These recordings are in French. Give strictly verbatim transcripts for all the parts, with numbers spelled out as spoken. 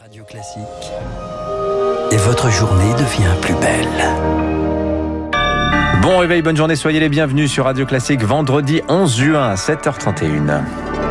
Radio Classique. Et votre journée devient plus belle. Bon réveil, bonne journée, soyez les bienvenus sur Radio Classique, vendredi onze juin à sept heures trente et une.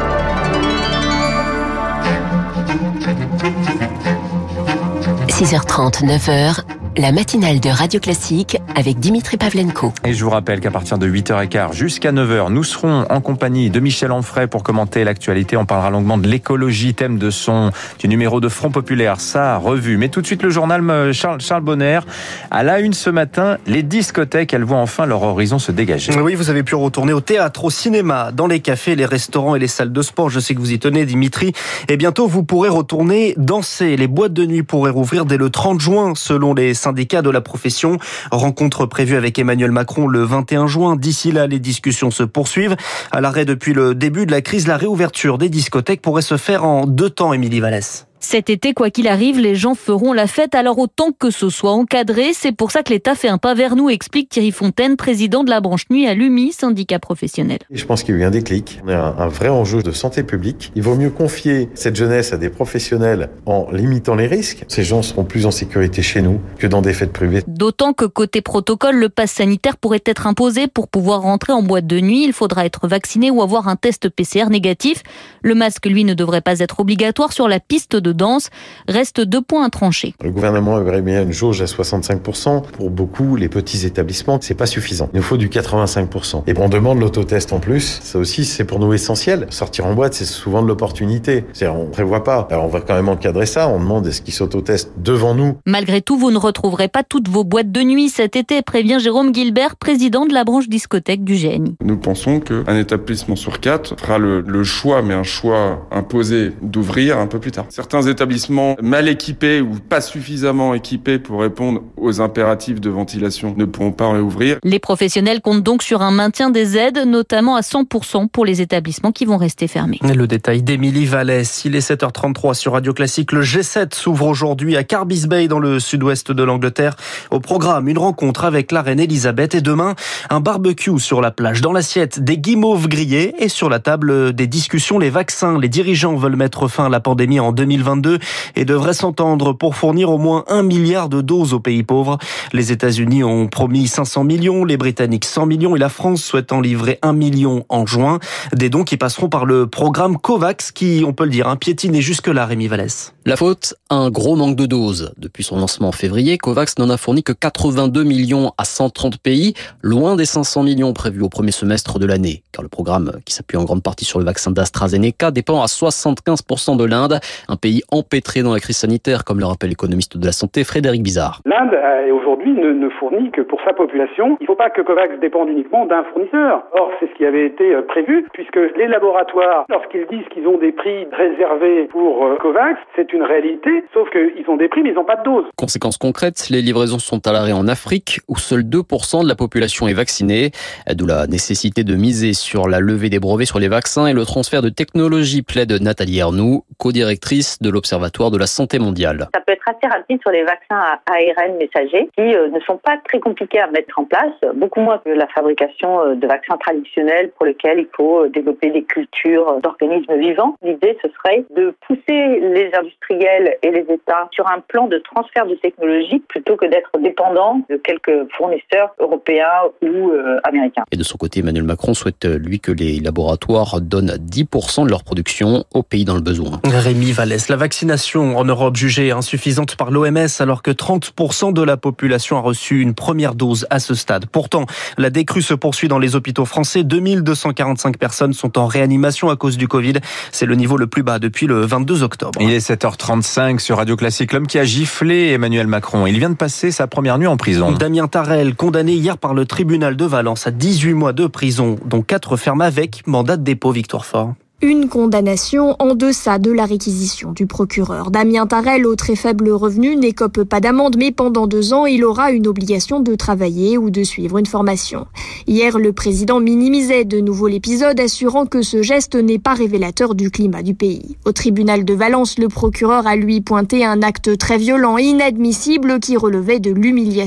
six heures trente, neuf heures, la matinale de Radio Classique avec Dimitri Pavlenko. Et je vous rappelle qu'à partir de huit heures quinze jusqu'à neuf heures, nous serons en compagnie de Michel Onfray pour commenter l'actualité. On parlera longuement de l'écologie, thème de son du numéro de Front Populaire, sa revue. Mais tout de suite, le journal Charles, Charles Bonner. À la une ce matin, les discothèques, elles voient enfin leur horizon se dégager. Oui, vous avez pu retourner au théâtre, au cinéma, dans les cafés, les restaurants et les salles de sport. Je sais que vous y tenez, Dimitri. Et bientôt, vous pourrez retourner danser. Les boîtes de nuit pourraient rouvrir dès le trente juin, selon les syndicats de la profession. Rencontre prévue avec Emmanuel Macron le vingt et un juin. D'ici là, les discussions se poursuivent. À l'arrêt depuis le début de la crise, la réouverture des discothèques pourrait se faire en deux temps, Émilie Vallès. Cet été, quoi qu'il arrive, les gens feront la fête, alors autant que ce soit encadré. C'est pour ça que l'État fait un pas vers nous, explique Thierry Fontaine, président de la branche nuit à l'U M I, syndicat professionnel. Je pense qu'il y a eu un déclic. On a un, un vrai enjeu de santé publique. Il vaut mieux confier cette jeunesse à des professionnels en limitant les risques. Ces gens seront plus en sécurité chez nous que dans des fêtes privées. D'autant que côté protocole, le pass sanitaire pourrait être imposé pour pouvoir rentrer en boîte de nuit. Il faudra être vacciné ou avoir un test P C R négatif. Le masque, lui, ne devrait pas être obligatoire sur la piste de danse. Reste deux points à trancher. Le gouvernement aurait mis une jauge à soixante-cinq pour cent. Pour beaucoup, les petits établissements, c'est pas suffisant. Il nous faut du quatre-vingt-cinq pour cent. Et on demande l'autotest en plus. Ça aussi, c'est pour nous essentiel. Sortir en boîte, c'est souvent de l'opportunité. C'est-à-dire, on prévoit pas. Alors, on va quand même encadrer ça. On demande est-ce qu'ils s'autotestent devant nous. Malgré tout, vous ne retrouverez pas toutes vos boîtes de nuit cet été, prévient Jérôme Guilbert, président de la branche discothèque du G N I. Nous pensons qu'un établissement sur quatre fera le, le choix, mais un choix imposé d'ouvrir un peu plus tard. Certains établissements mal équipés ou pas suffisamment équipés pour répondre aux impératifs de ventilation ne pourront pas réouvrir. Les professionnels comptent donc sur un maintien des aides, notamment à cent pour cent pour les établissements qui vont rester fermés. Le détail d'Émilie Vallès. Il est sept heures trente-trois sur Radio Classique. Le G sept s'ouvre aujourd'hui à Carbis Bay dans le sud-ouest de l'Angleterre. Au programme, une rencontre avec la reine Elisabeth et demain, un barbecue sur la plage. Dans l'assiette, des guimauves grillés et sur la table des discussions, les vaccins. Les dirigeants veulent mettre fin à la pandémie en deux mille vingt-deux et devraient s'entendre pour fournir au moins un milliard de doses aux pays pauvres. Les États-Unis ont promis cinq cents millions, les Britanniques cent millions et la France souhaite en livrer un million en juin. Des dons qui passeront par le programme COVAX qui, on peut le dire, hein, piétine jusque-là, Rémi Vallès. La faute, un gros manque de doses. Depuis son lancement en février, COVAX n'en a fourni que quatre-vingt-deux millions à cent trente pays, loin des cinq cents millions prévus au premier semestre de l'année. Car le programme, qui s'appuie en grande partie sur le vaccin d'AstraZeneca, dépend à soixante-quinze pour cent de l'Inde, un pays empêtré dans la crise sanitaire, comme le rappelle l'économiste de la santé Frédéric Bizard. L'Inde, aujourd'hui, ne, ne fournit que pour sa population. Il ne faut pas que COVAX dépende uniquement d'un fournisseur. Or, c'est ce qui avait été prévu, puisque les laboratoires, lorsqu'ils disent qu'ils ont des prix réservés pour COVAX, c'est une réalité, sauf qu'ils ont des prix, mais ils n'ont pas de doses. Conséquence concrète, les livraisons sont à l'arrêt en Afrique, où seuls deux pour cent de la population est vaccinée, d'où la nécessité de miser sur la levée des brevets sur les vaccins et le transfert de technologie, plaide Nathalie Ernoux, co-directrice de l'Observatoire de la santé mondiale. Ça peut être assez rapide sur les vaccins à A R N messagers qui euh, ne sont pas très compliqués à mettre en place, beaucoup moins que la fabrication euh, de vaccins traditionnels pour lesquels il faut euh, développer des cultures d'organismes vivants. L'idée, ce serait de pousser les industriels et les États sur un plan de transfert de technologie plutôt que d'être dépendants de quelques fournisseurs européens ou euh, américains. Et de son côté, Emmanuel Macron souhaite, lui, que les laboratoires donnent dix pour cent de leur production aux pays dans le besoin. Rémi Vallès, la vaccination en Europe jugée insuffisante par l'O M S alors que trente pour cent de la population a reçu une première dose à ce stade. Pourtant, la décrue se poursuit dans les hôpitaux français. deux mille deux cent quarante-cinq personnes sont en réanimation à cause du Covid. C'est le niveau le plus bas depuis le vingt-deux octobre. Il est sept heures trente-cinq sur Radio Classique. L'homme qui a giflé Emmanuel Macron. Il vient de passer sa première nuit en prison. Damien Tarel, condamné hier par le tribunal de Valence à dix-huit mois de prison, dont quatre fermes avec mandat de dépôt. Victoire Fort. Une condamnation en deçà de la réquisition du procureur. Damien Tarel, au très faible revenu, n'écope pas d'amende, mais pendant deux ans, il aura une obligation de travailler ou de suivre une formation. Hier, le président minimisait de nouveau l'épisode, assurant que ce geste n'est pas révélateur du climat du pays. Au tribunal de Valence, le procureur a lui pointé un acte très violent et inadmissible qui relevait de l'humiliation.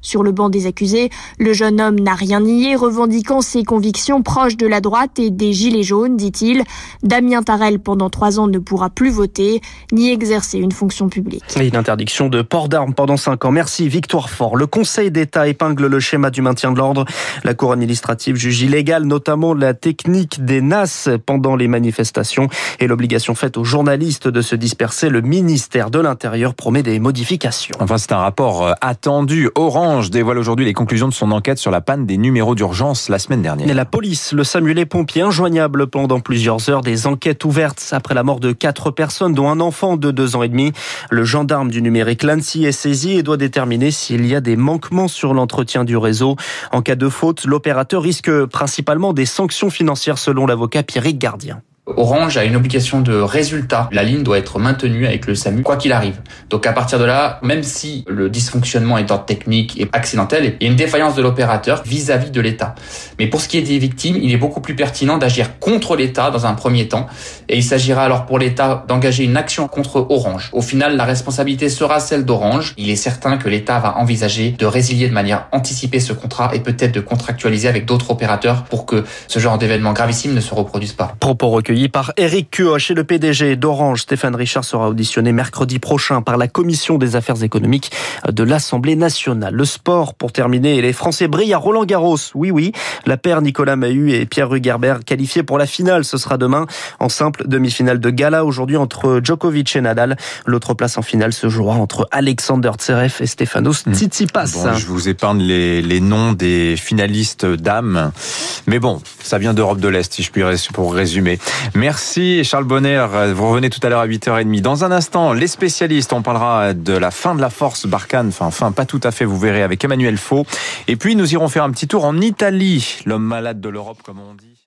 Sur le banc des accusés, le jeune homme n'a rien nié, revendiquant ses convictions proches de la droite et des Gilets jaunes, dit-il. Damien Tarel, pendant trois ans, ne pourra plus voter ni exercer une fonction publique. Et une interdiction de port d'armes pendant cinq ans. Merci Victoire Fort. Le Conseil d'État épingle le schéma du maintien de l'ordre. La Cour administrative juge illégale notamment la technique des N A S pendant les manifestations et l'obligation faite aux journalistes de se disperser. Le ministère de l'Intérieur promet des modifications. Enfin, c'est un rapport attendu. Orange dévoile aujourd'hui les conclusions de son enquête sur la panne des numéros d'urgence la semaine dernière. Et la police, le SAMU, les pompiers injoignables pendant plusieurs heures. Des enquêtes ouvertes après la mort de quatre personnes, dont un enfant de deux ans et demi. Le gendarme du numérique, l'ANSSI, est saisi et doit déterminer s'il y a des manquements sur l'entretien du réseau. En cas de faute, l'opérateur risque principalement des sanctions financières selon l'avocat Pierrick Gardien. Orange a une obligation de résultat. La ligne doit être maintenue avec le SAMU, quoi qu'il arrive. Donc à partir de là, même si le dysfonctionnement est d'ordre technique et accidentel, il y a une défaillance de l'opérateur vis-à-vis de l'État. Mais pour ce qui est des victimes, il est beaucoup plus pertinent d'agir contre l'État dans un premier temps. Et il s'agira alors pour l'État d'engager une action contre Orange. Au final, la responsabilité sera celle d'Orange. Il est certain que l'État va envisager de résilier de manière anticipée ce contrat et peut-être de contractualiser avec d'autres opérateurs pour que ce genre d'événements gravissimes ne se reproduisent pas. Propos recueillis par Éric Cuoche et le P D G d'Orange. Stéphane Richard sera auditionné mercredi prochain par la Commission des affaires économiques de l'Assemblée nationale. Le sport, pour terminer, les Français brillent à Roland-Garros. Oui, oui, la paire Nicolas Mahut et Pierre Rugerber qualifiés pour la finale. Ce sera demain en simple demi-finale de gala aujourd'hui entre Djokovic et Nadal. L'autre place en finale se jouera entre Alexander Zverev et Stefanos Tsitsipas. Bon, je vous épargne les, les noms des finalistes dames. Mais bon, ça vient d'Europe de l'Est, si je puis pour résumer. Merci Charles Bonner, vous revenez tout à l'heure à huit heures trente. Dans un instant, les spécialistes, on parlera de la fin de la force Barkhane, enfin, enfin pas tout à fait, vous verrez, avec Emmanuel Faux. Et puis nous irons faire un petit tour en Italie, l'homme malade de l'Europe comme on dit.